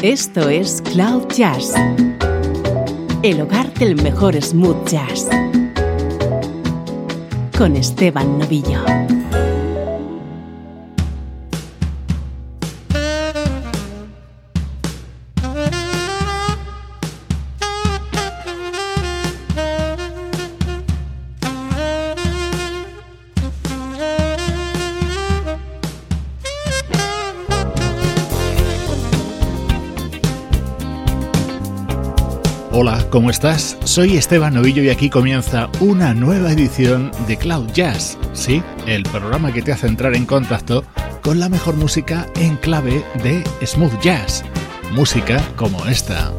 Esto es Cloud Jazz, el hogar del mejor smooth jazz, con Esteban Novillo. Hola, ¿cómo estás? Soy Esteban Novillo y aquí comienza una nueva edición de Cloud Jazz. Sí, el programa que te hace entrar en contacto con la mejor música en clave de smooth jazz. Música como esta.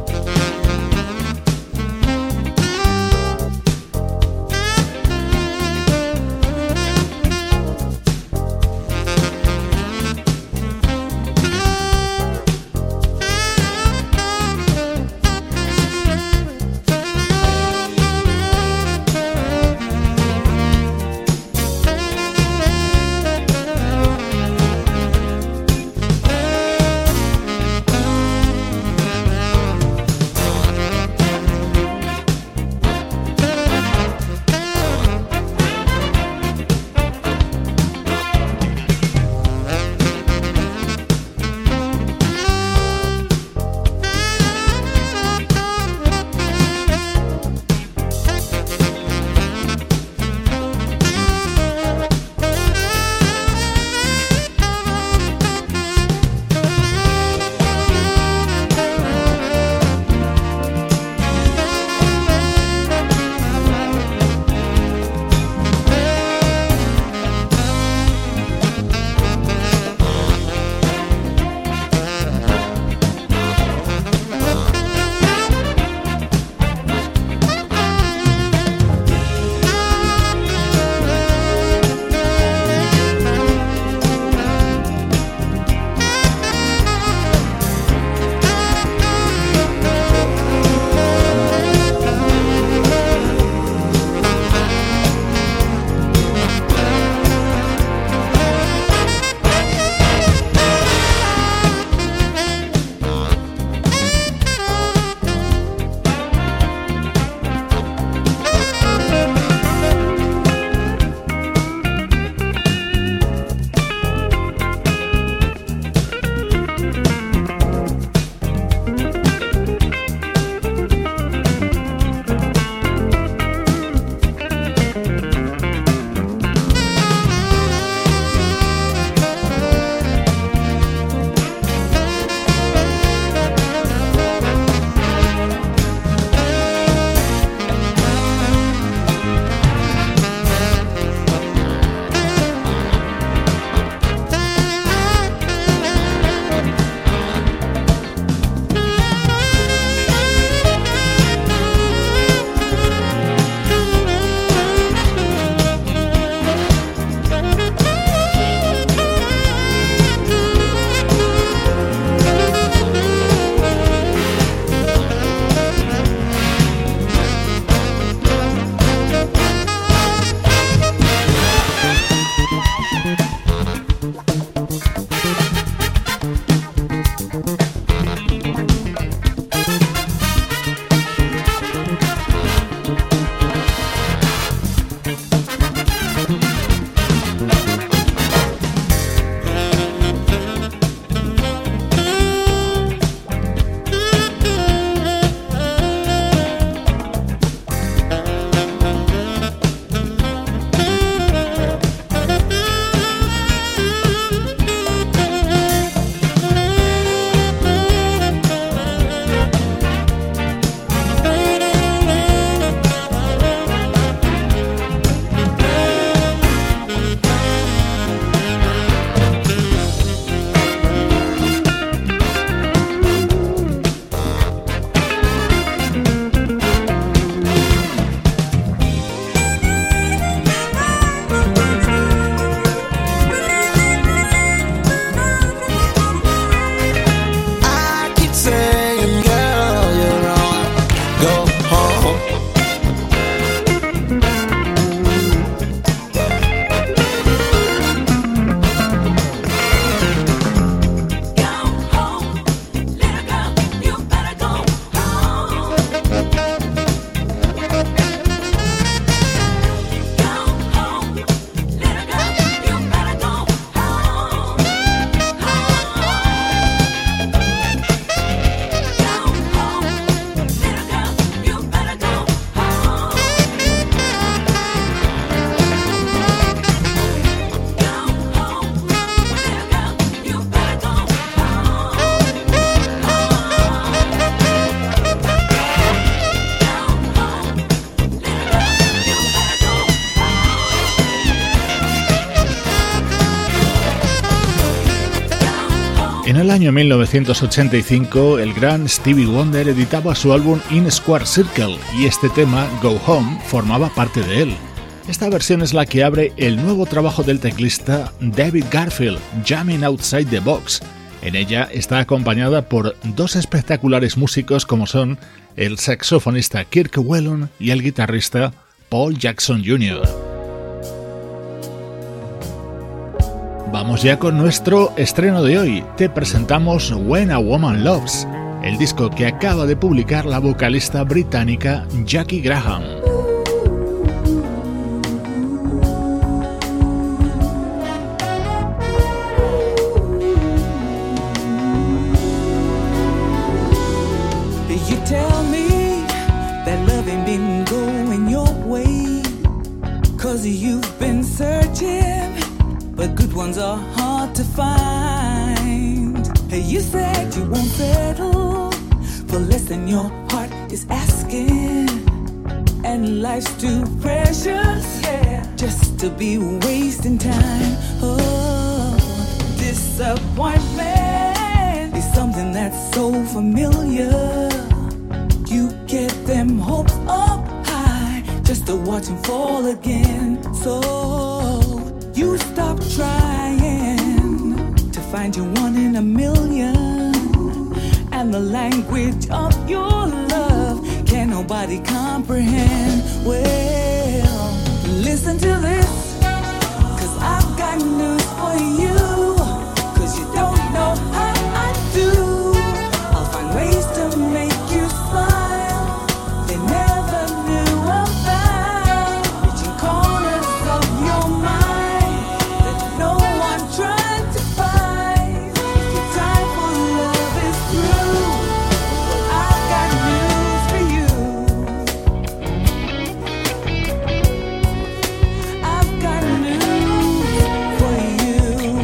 En el año 1985, el gran Stevie Wonder editaba su álbum In Square Circle y este tema, Go Home, formaba parte de él. Esta versión es la que abre el nuevo trabajo del teclista David Garfield, Jamming Outside the Box. En ella está acompañada por dos espectaculares músicos como son el saxofonista Kirk Whelan y el guitarrista Paul Jackson Jr. Vamos ya con nuestro estreno de hoy. Te presentamos When a Woman Loves, el disco que acaba de publicar la vocalista británica Jackie Graham. You tell me that love ain't been going your way, 'cause you've been searching, but good ones are hard to find. You said you won't settle for less than your heart is asking, and life's too precious, yeah, just to be wasting time. Oh, disappointment is something that's so familiar. You get them hopes up high just to watch them fall again. So you stop trying to find your one in a million, and the language of your love can nobody comprehend. Well, listen to this, 'cause I've got news for you, 'cause you don't know how I do. I'll find ways to make you smile they never knew about, reaching corners of your mind that no one tried to find. If your time for love is through, well, I've got news for you. I've got news for you.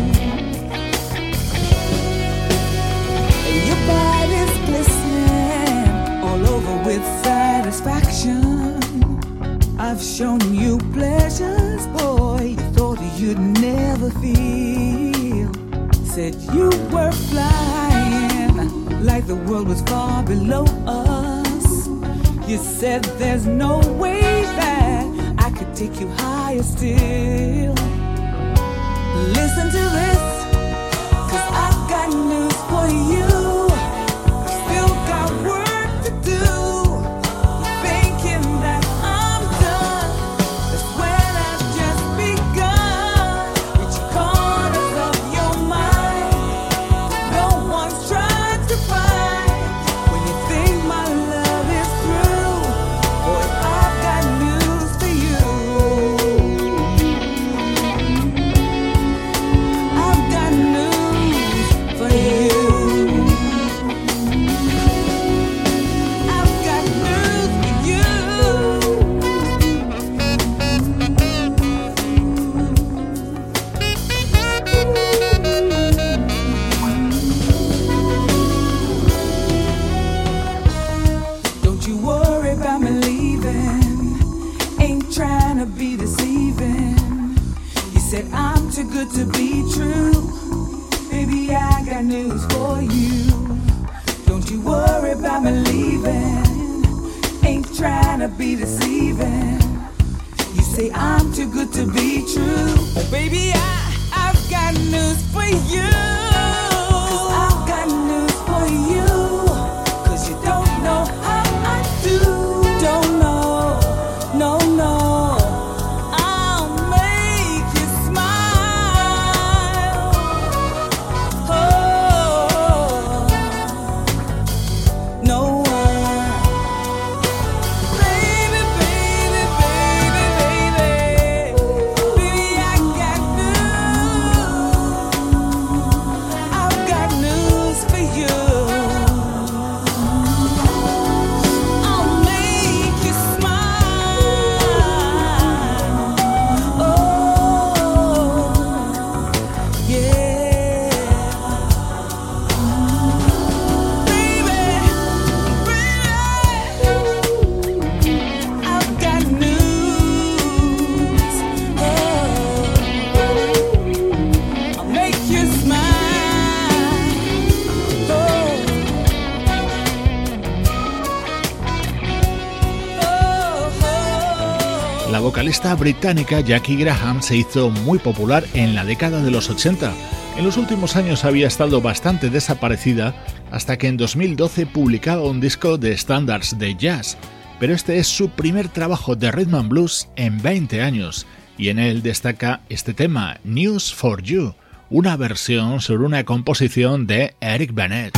Your body's glistening all over with satisfaction. I've shown you pleasures, boy, you thought you'd never feel. Said you were flying like the world was far below us. You said there's no way that I could take you higher still. Listen to this, 'cause I've got news for you. Still got work to do. Thinking that I'm done, that's when I've just begun. Reach corners of your mind that no one's tried to find. When you think my love is through, boy, I've got news for you. I've got news for you. I've got news for you. Don't you worry about me leaving. Ain't trying to be deceiving. You said I'm too good to be true. Baby, I got news for you. Don't you worry about me leaving. Ain't trying to be deceiving. You say I'm too good to be true. But baby, I've got news for you. 'Cause I've got news for you. 'Cause you don't know how I do. Don't know, no, no. I'll make you smile. Oh, no one. Baby, baby, baby, baby. Baby, I got news vocalista británica Jackie Graham se hizo muy popular en la década de los 80. En los últimos años había estado bastante desaparecida hasta que en 2012 publicaba un disco de estándares de jazz, pero este es su primer trabajo de rhythm and blues en 20 años y en él destaca este tema, News for You, una versión sobre una composición de Eric Bennett.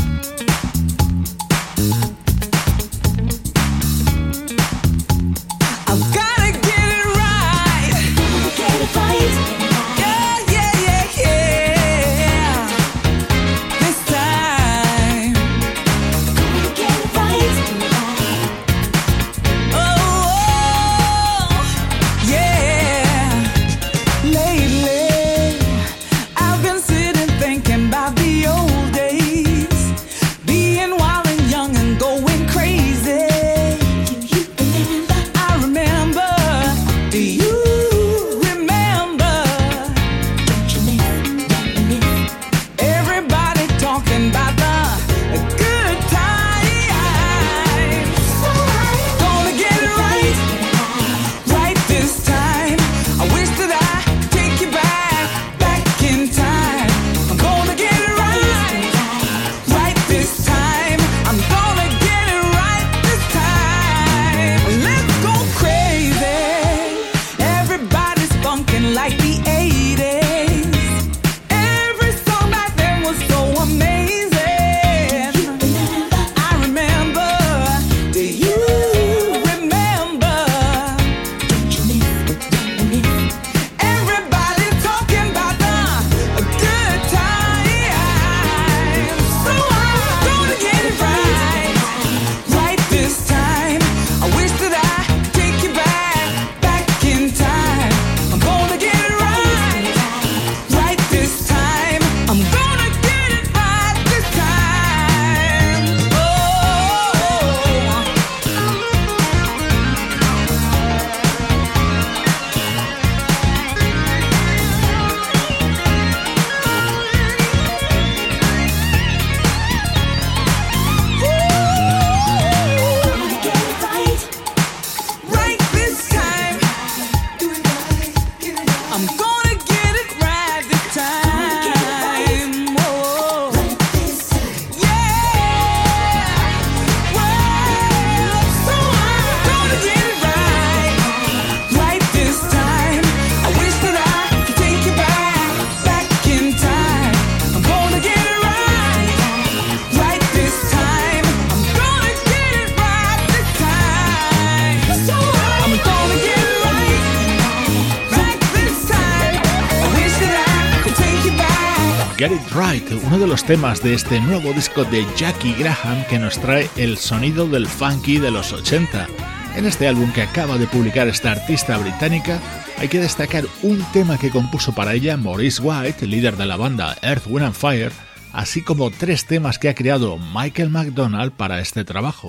Get It Right, uno de los temas de este nuevo disco de Jackie Graham que nos trae el sonido del funky de los 80. En este álbum que acaba de publicar esta artista británica, hay que destacar un tema que compuso para ella Maurice White, líder de la banda Earth, Wind & Fire, así como 3 temas que ha creado Michael McDonald para este trabajo.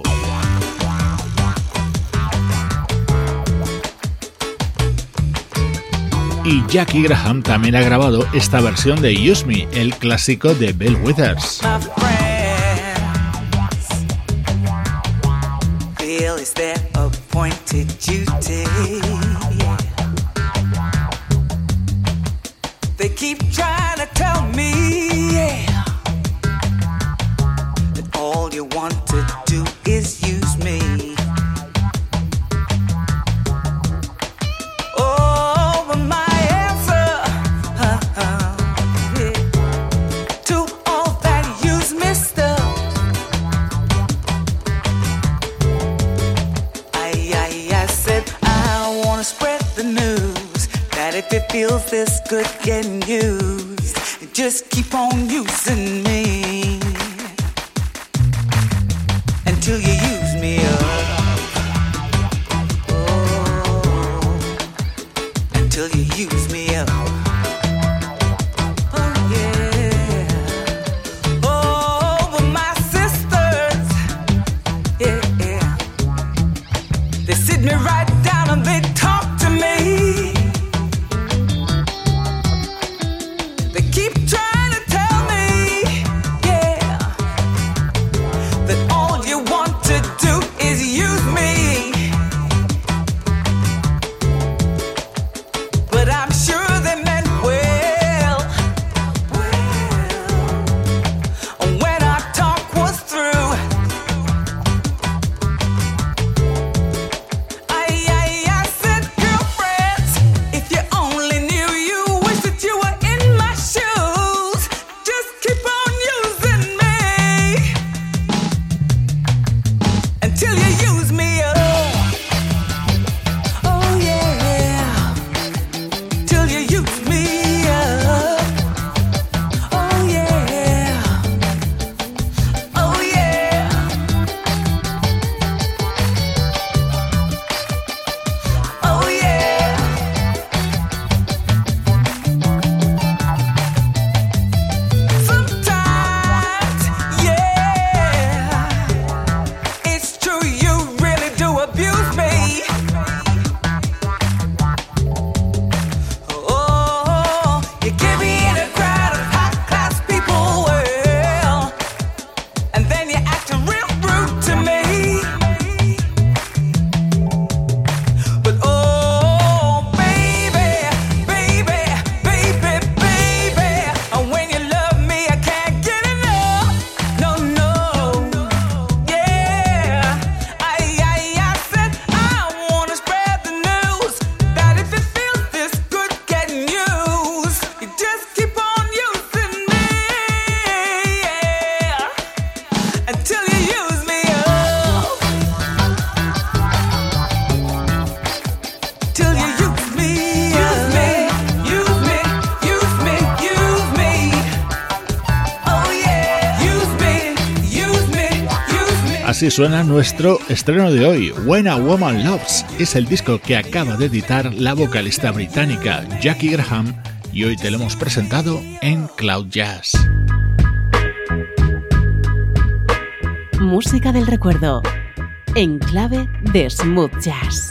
Y Jackie Graham también ha grabado esta versión de Use Me, el clásico de Bill Withers. They keep trying to tell me, yeah, that all you want to do is use me. Oh, but my answer, yeah, to all that use me stuff, I said I wanna spread the news that if it feels this good getting used, just keep on using me until you use me up. Oh, until you use me up. Oh yeah. Oh, but my sisters, yeah, they sit me right down and they talk to me. Así suena nuestro estreno de hoy. When a Woman Loves es el disco que acaba de editar la vocalista británica Jackie Graham y hoy te lo hemos presentado en Cloud Jazz. Música del recuerdo en clave de smooth jazz.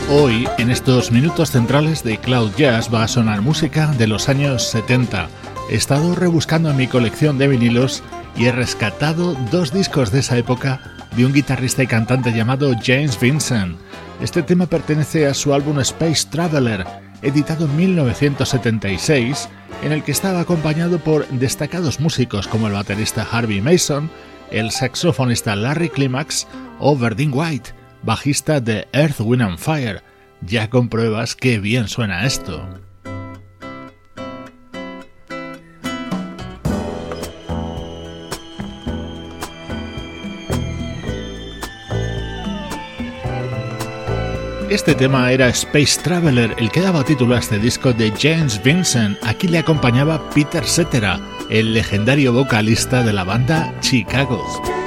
Hoy, en estos minutos centrales de Cloud Jazz, va a sonar música de los años 70. He estado rebuscando en mi colección de vinilos y he rescatado 2 discos de esa época de un guitarrista y cantante llamado James Vincent. Este tema pertenece a su álbum Space Traveler, editado en 1976, en el que estaba acompañado por destacados músicos como el baterista Harvey Mason, el saxofonista Larry Climax o Verdine White, bajista de Earth, Wind and Fire. Ya compruebas qué bien suena esto. Este tema era Space Traveler, el que daba título a este disco de James Vincent. Aquí le acompañaba Peter Cetera, el legendario vocalista de la banda Chicago.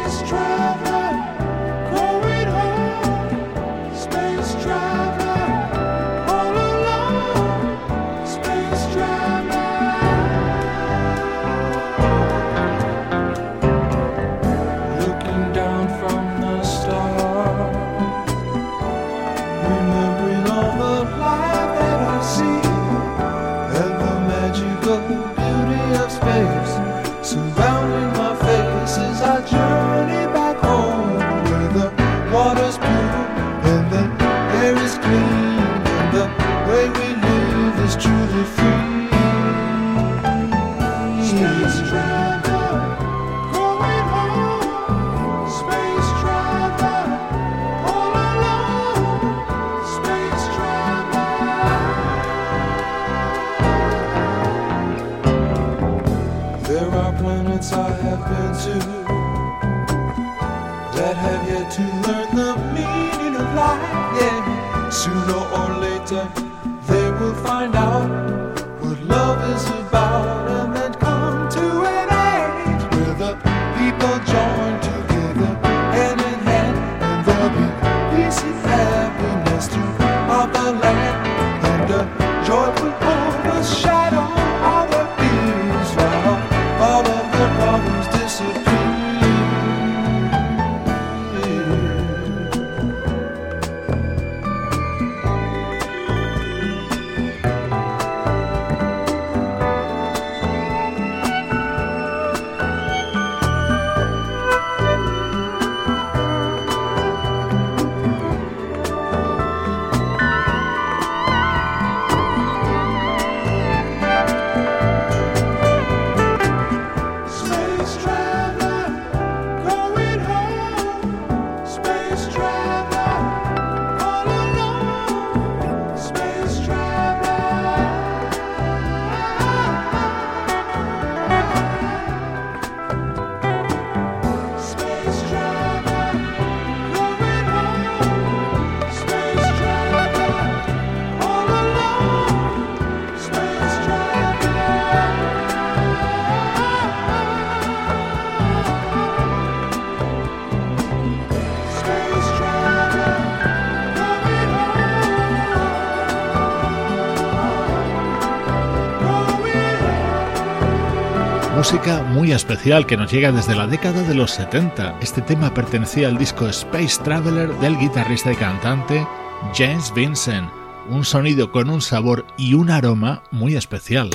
Música muy especial que nos llega desde la década de los 70. Este tema pertenecía al disco Space Traveler del guitarrista y cantante James Vincent. Un sonido con un sabor y un aroma muy especial.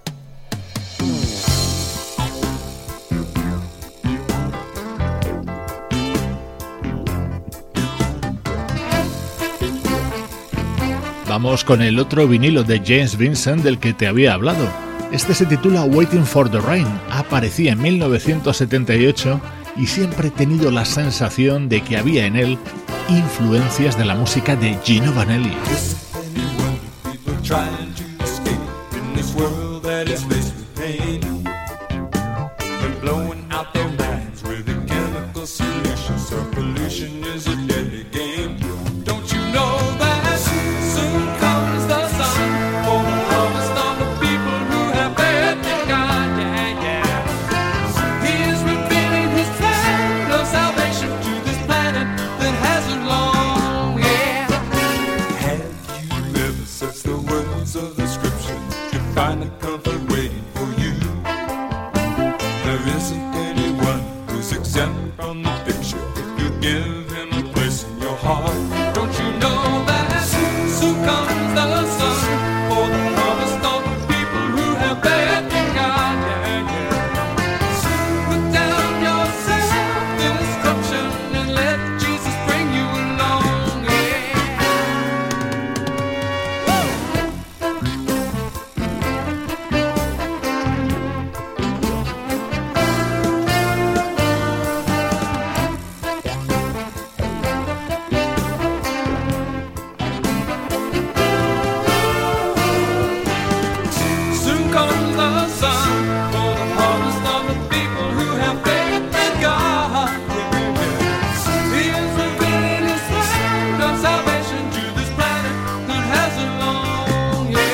Vamos con el otro vinilo de James Vincent del que te había hablado. Este se titula Waiting for the Rain, aparecía en 1978 y siempre he tenido la sensación de que había en él influencias de la música de Gino Vanelli. Give him a place in your heart. Don't you know that? salvation to this planet that hasn't long, yeah.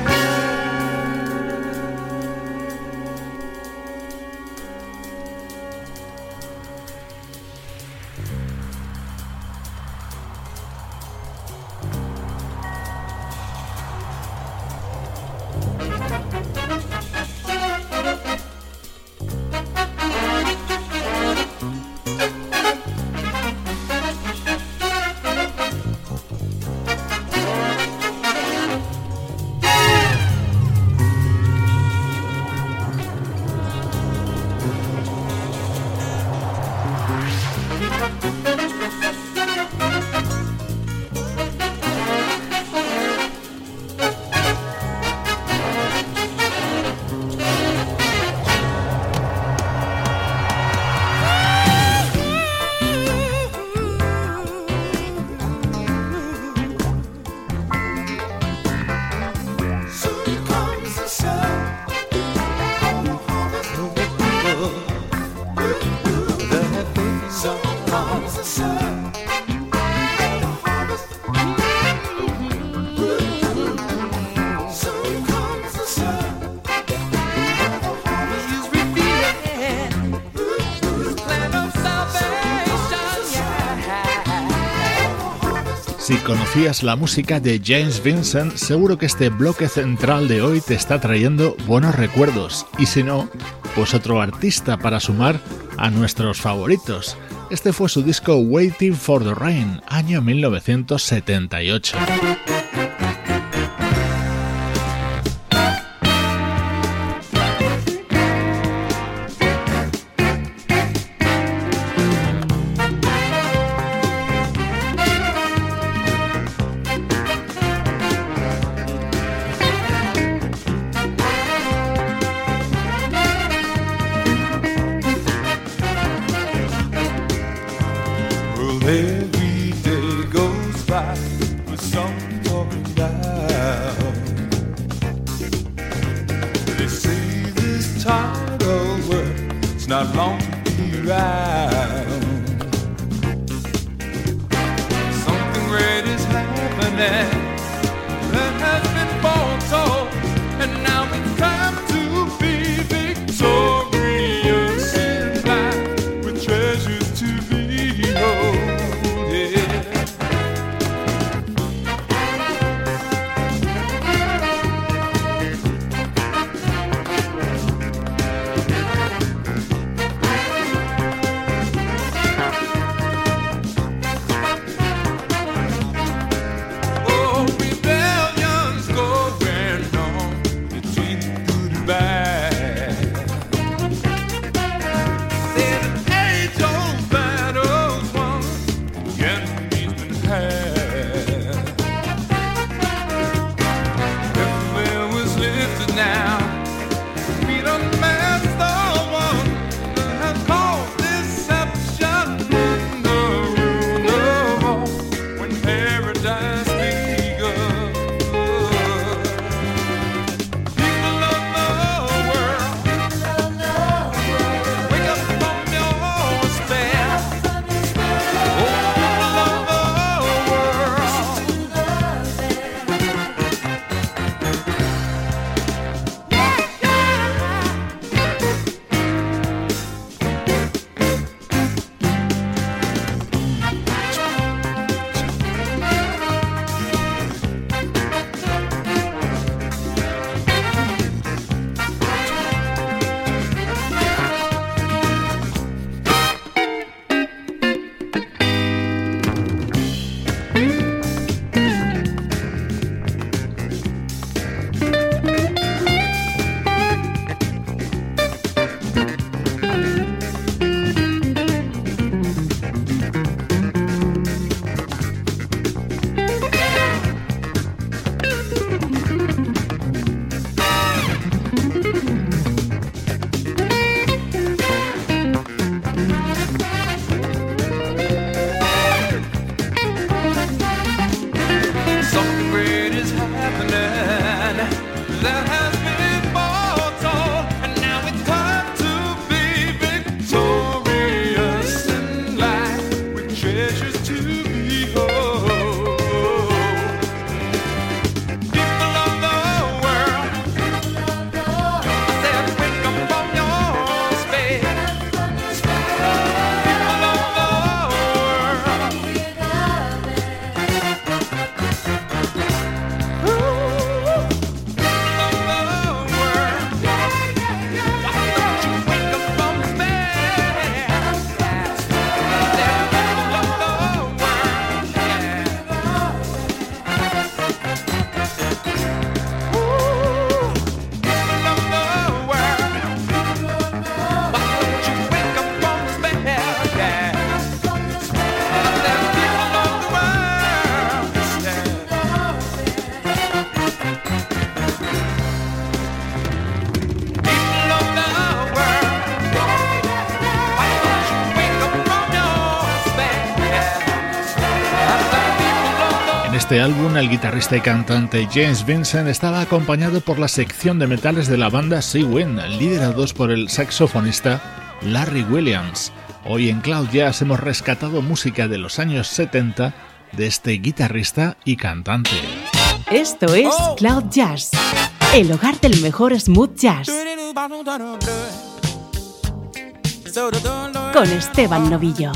Si conocías la música de James Vincent, seguro que este bloque central de hoy te está trayendo buenos recuerdos. Y si no, pues otro artista para sumar a nuestros favoritos. Este fue su disco Waiting for the Rain, año 1978. Every day goes by with some talking down. They say this tidal world it's not long to be around. Something great is happening that has been foretold, and now it's time to be victorious in life with treasures to behold. En este álbum, el guitarrista y cantante James Vincent estaba acompañado por la sección de metales de la banda Sea Wind, liderados por el saxofonista Larry Williams. Hoy en Cloud Jazz hemos rescatado música de los años 70 de este guitarrista y cantante. Esto es Cloud Jazz, el hogar del mejor smooth jazz. Con Esteban Novillo.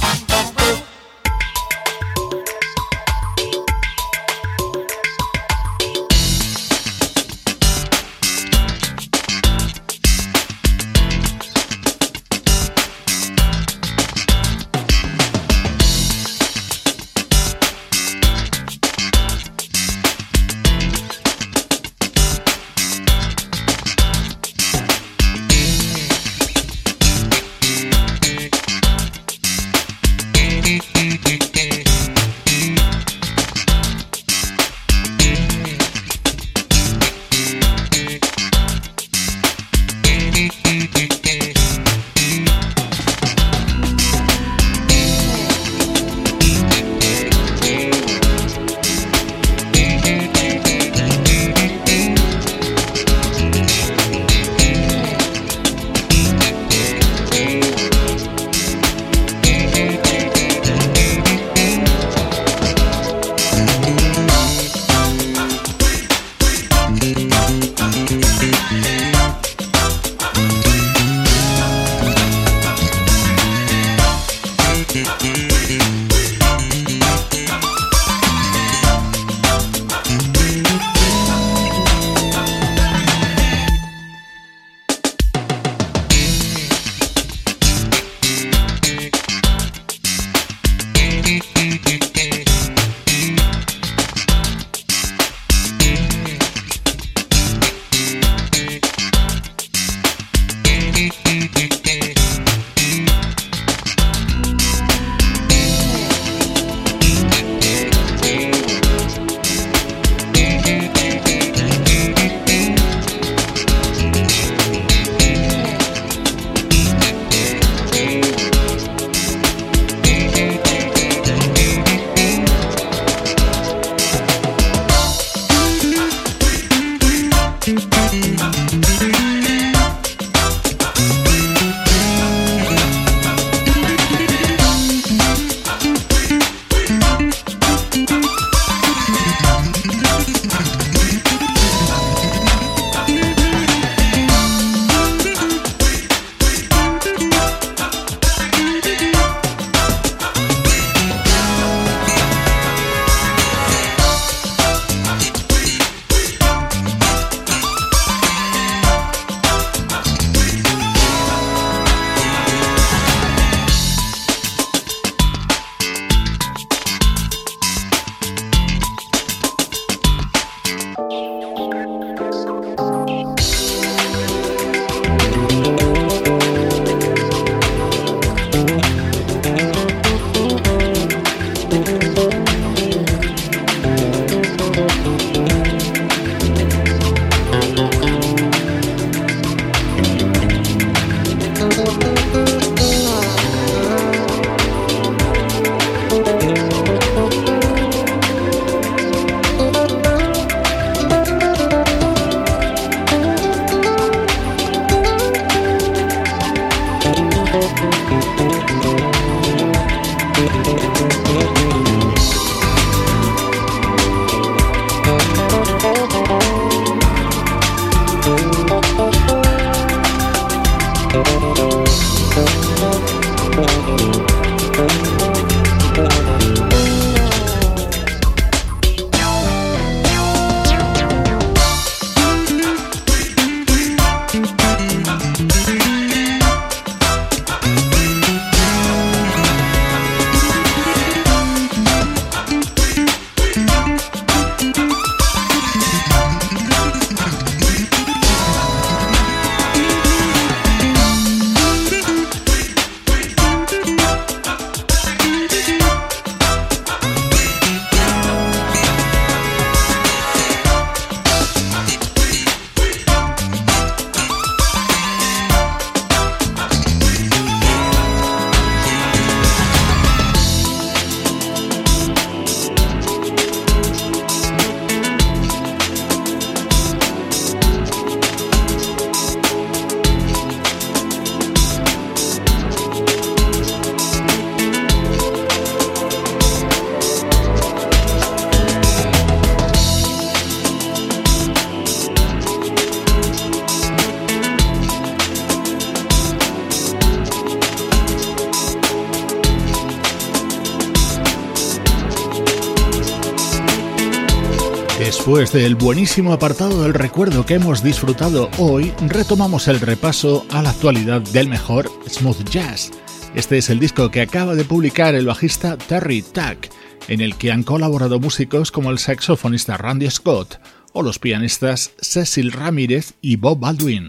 Después del buenísimo apartado del recuerdo que hemos disfrutado hoy, retomamos el repaso a la actualidad del mejor smooth jazz. Este es el disco que acaba de publicar el bajista Terry Tuck, en el que han colaborado músicos como el saxofonista Randy Scott o los pianistas Cecil Ramírez y Bob Baldwin.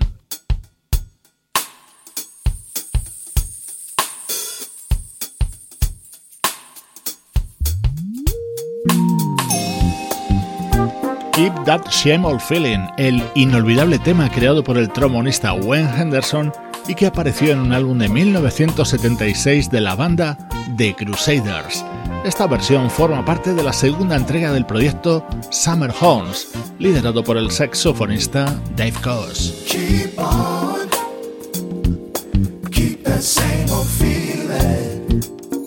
Keep That Same Old Feeling, el inolvidable tema creado por el trombonista Wayne Henderson y que apareció en un álbum de 1976 de la banda The Crusaders. Esta versión forma parte de la segunda entrega del proyecto Summer Horns, liderado por el saxofonista Dave Coase. Keep on, keep that same old feeling.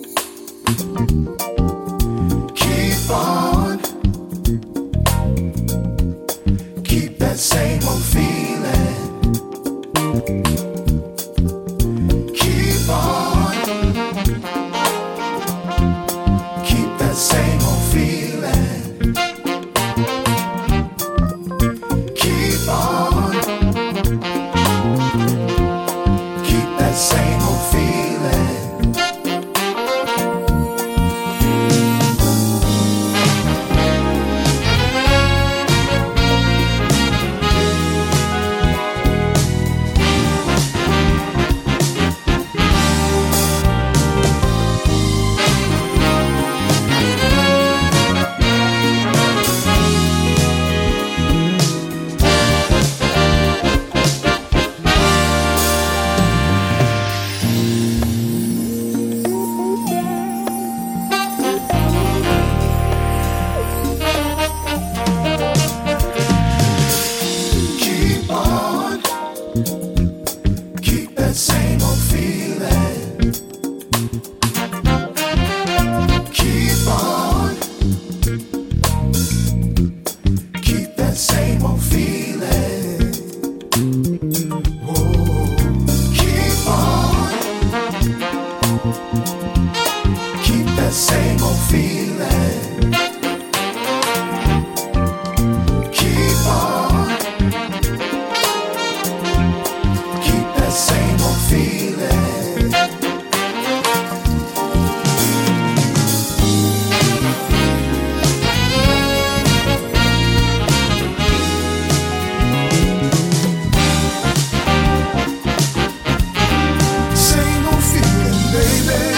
Keep on, keep that same old feeling. Keep on, keep that same old feeling. Keep on, keep that same old feeling. Keep on, keep that same old feeling. Keep on, keep that same old feeling. Whoa. Keep on, keep that same old feeling. Keep on, keep that same old feeling. Same old feeling, baby.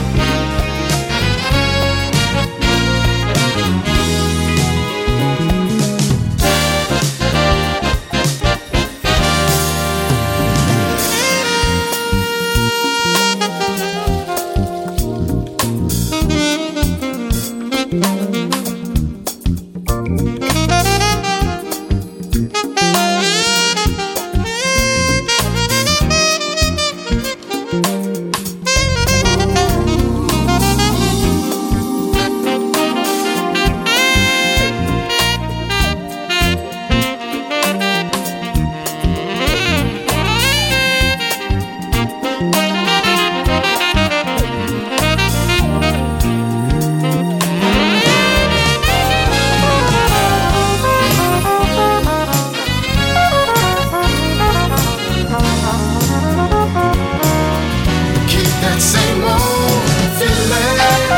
Keep that same old feeling.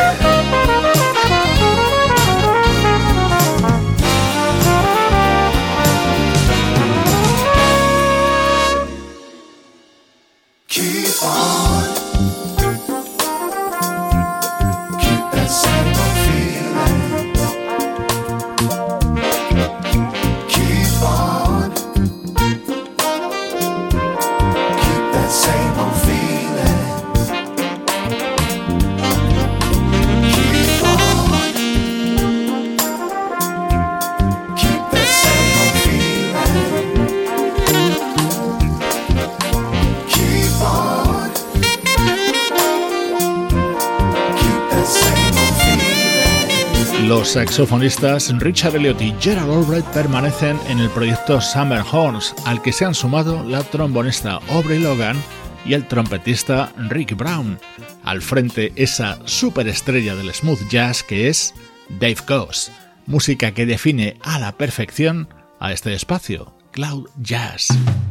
Keep on, keep that same old feeling. Keep on, keep that same old feeling. Keep on, keep that same old feeling. Keep on, keep that same old feeling. Los saxofonistas Richard Elliott y Gerald Albright permanecen en el proyecto Summer Horns, al que se han sumado la trombonista Aubrey Logan y el trompetista Rick Brown. Al frente, esa superestrella del smooth jazz que es Dave Coase. música que define a la perfección a este espacio, Cloud Jazz.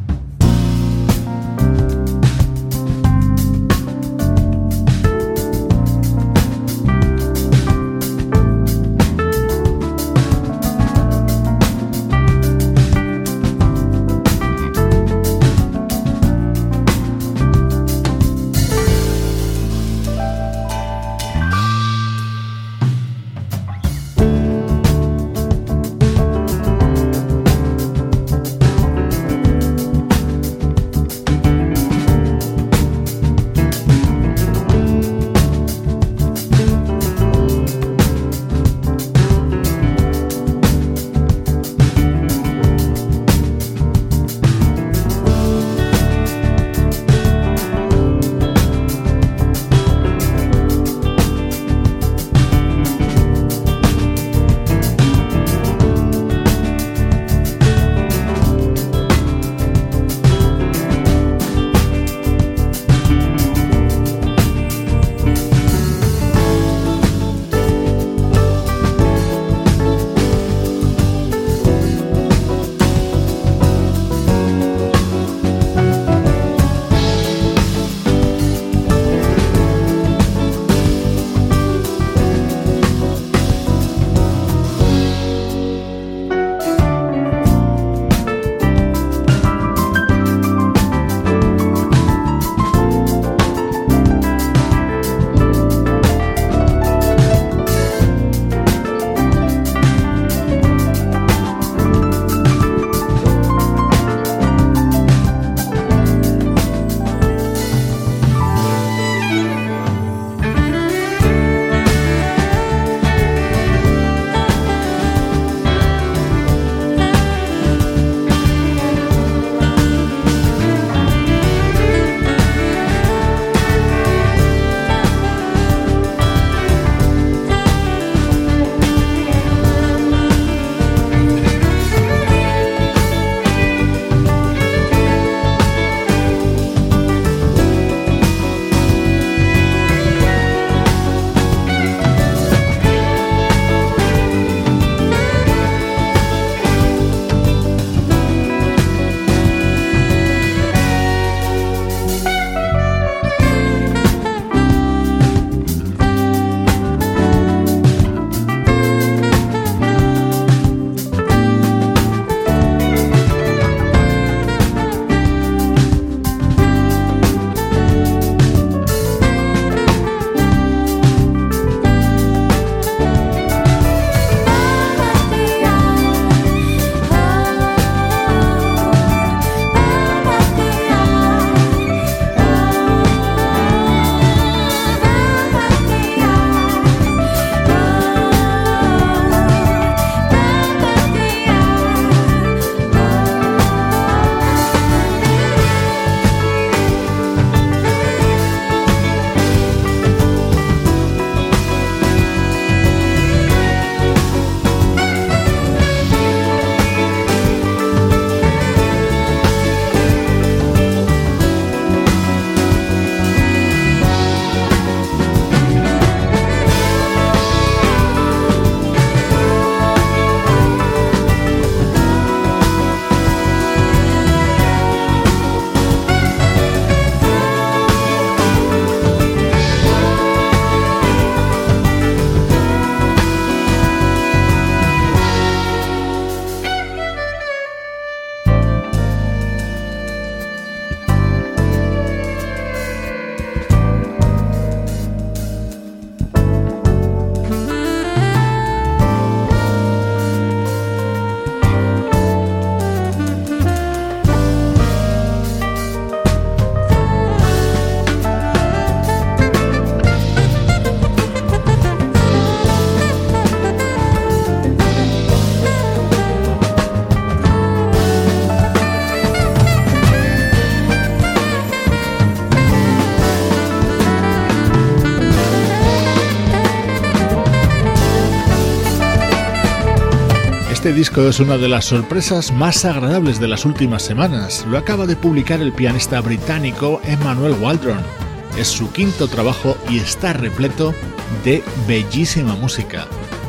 Este disco es una de las sorpresas más agradables de las últimas semanas. Lo acaba de publicar el pianista británico Emmanuel Waldron. Es su quinto trabajo y está repleto de bellísima música.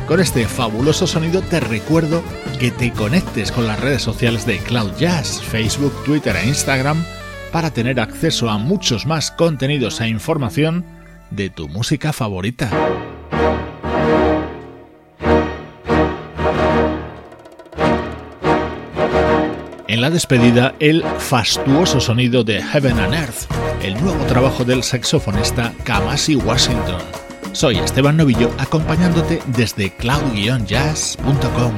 Con este fabuloso sonido te recuerdo que te conectes con las redes sociales de Cloud Jazz, Facebook, Twitter e Instagram, para tener acceso a muchos más contenidos e información de tu música favorita. En la despedida, el fastuoso sonido de Heaven and Earth, el nuevo trabajo del saxofonista Kamasi Washington. Soy Esteban Novillo, acompañándote desde cloud-jazz.com.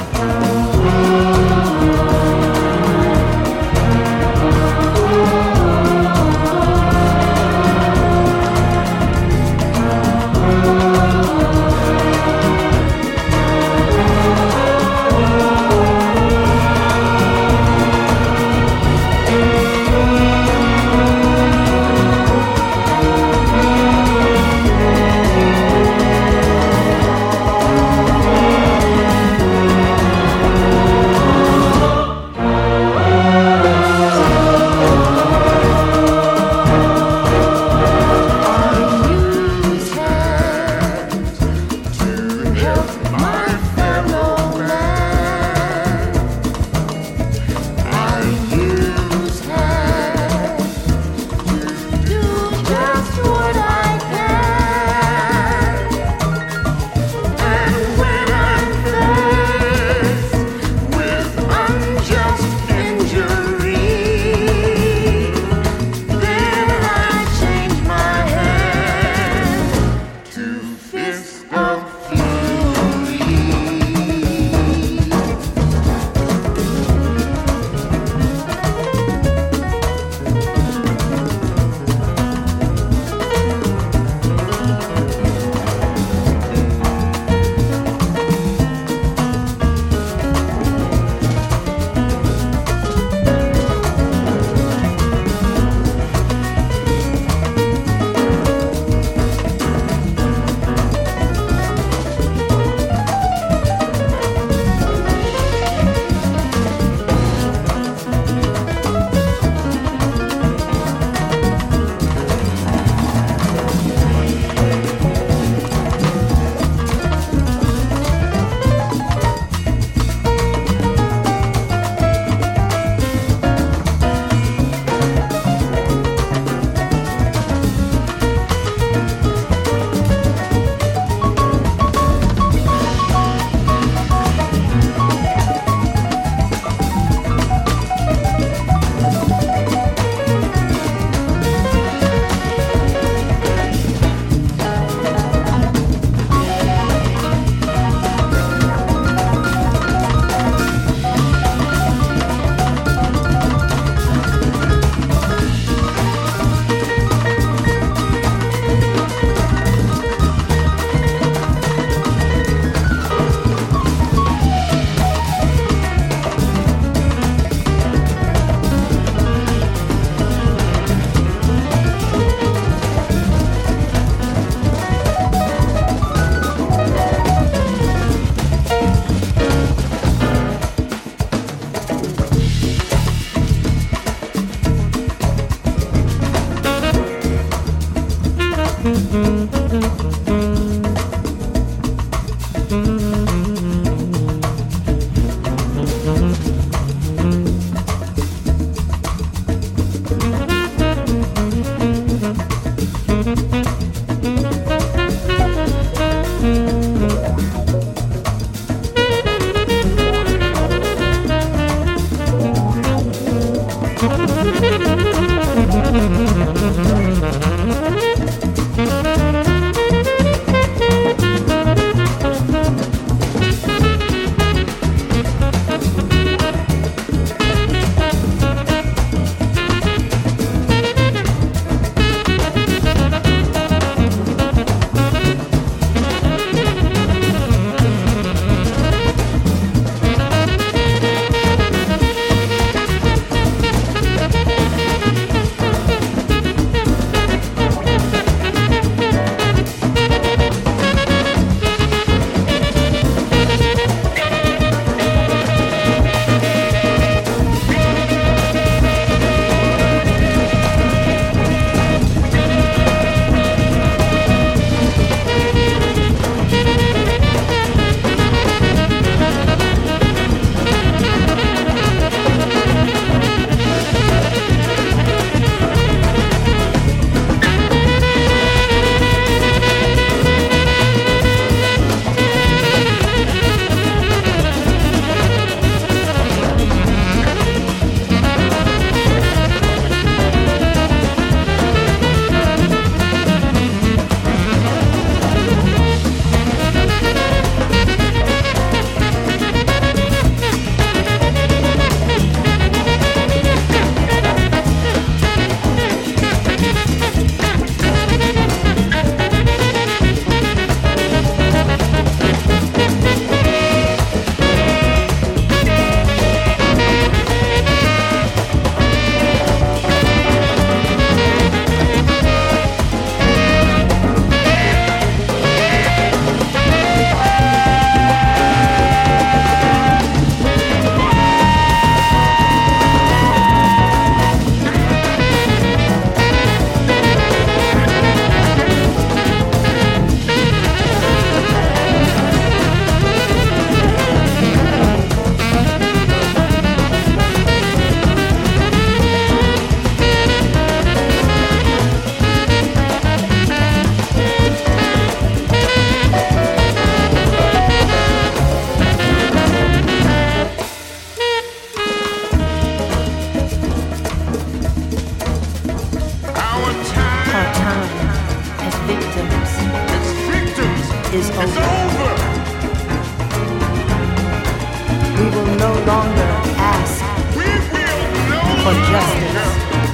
longer ask for justice.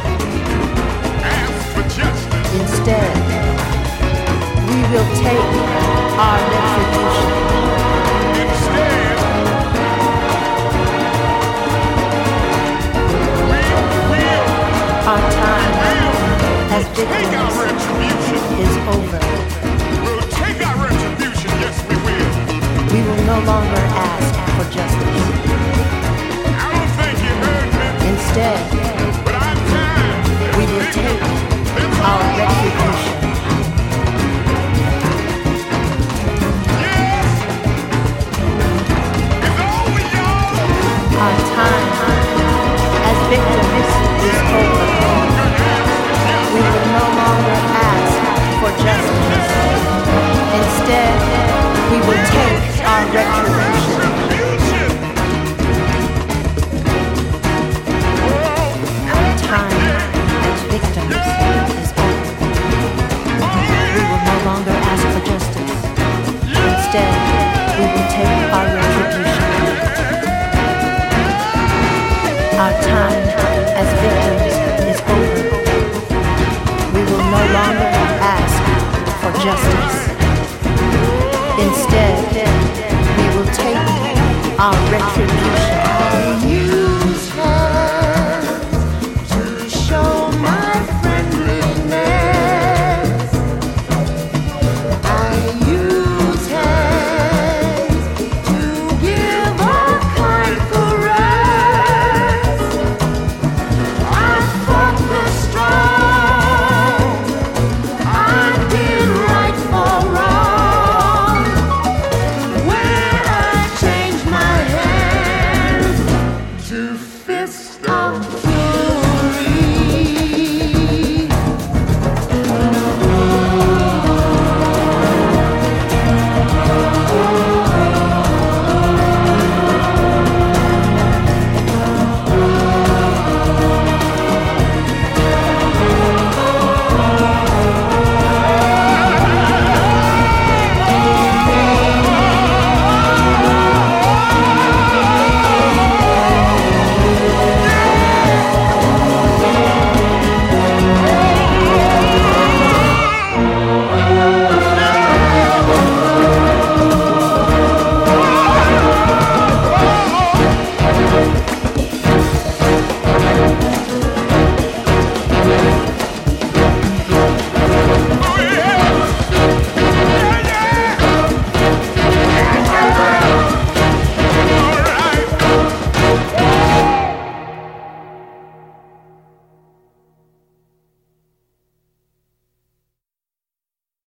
Instead, we will take our retribution. Our time as victims is over. We'll take our retribution, yes we will. We will no longer ask for justice. I don't think you heard me. Instead, But I'm tired. we will take our retribution. Yes! It's over, y'all! Our time as victims is over. We will no longer ask for justice. Instead, we will take our retribution. Our time as victims is over. We will no longer ask for justice. Instead, we will take our retribution. Our time as victims is over. We will no longer ask for justice. Instead, we will take our retribution.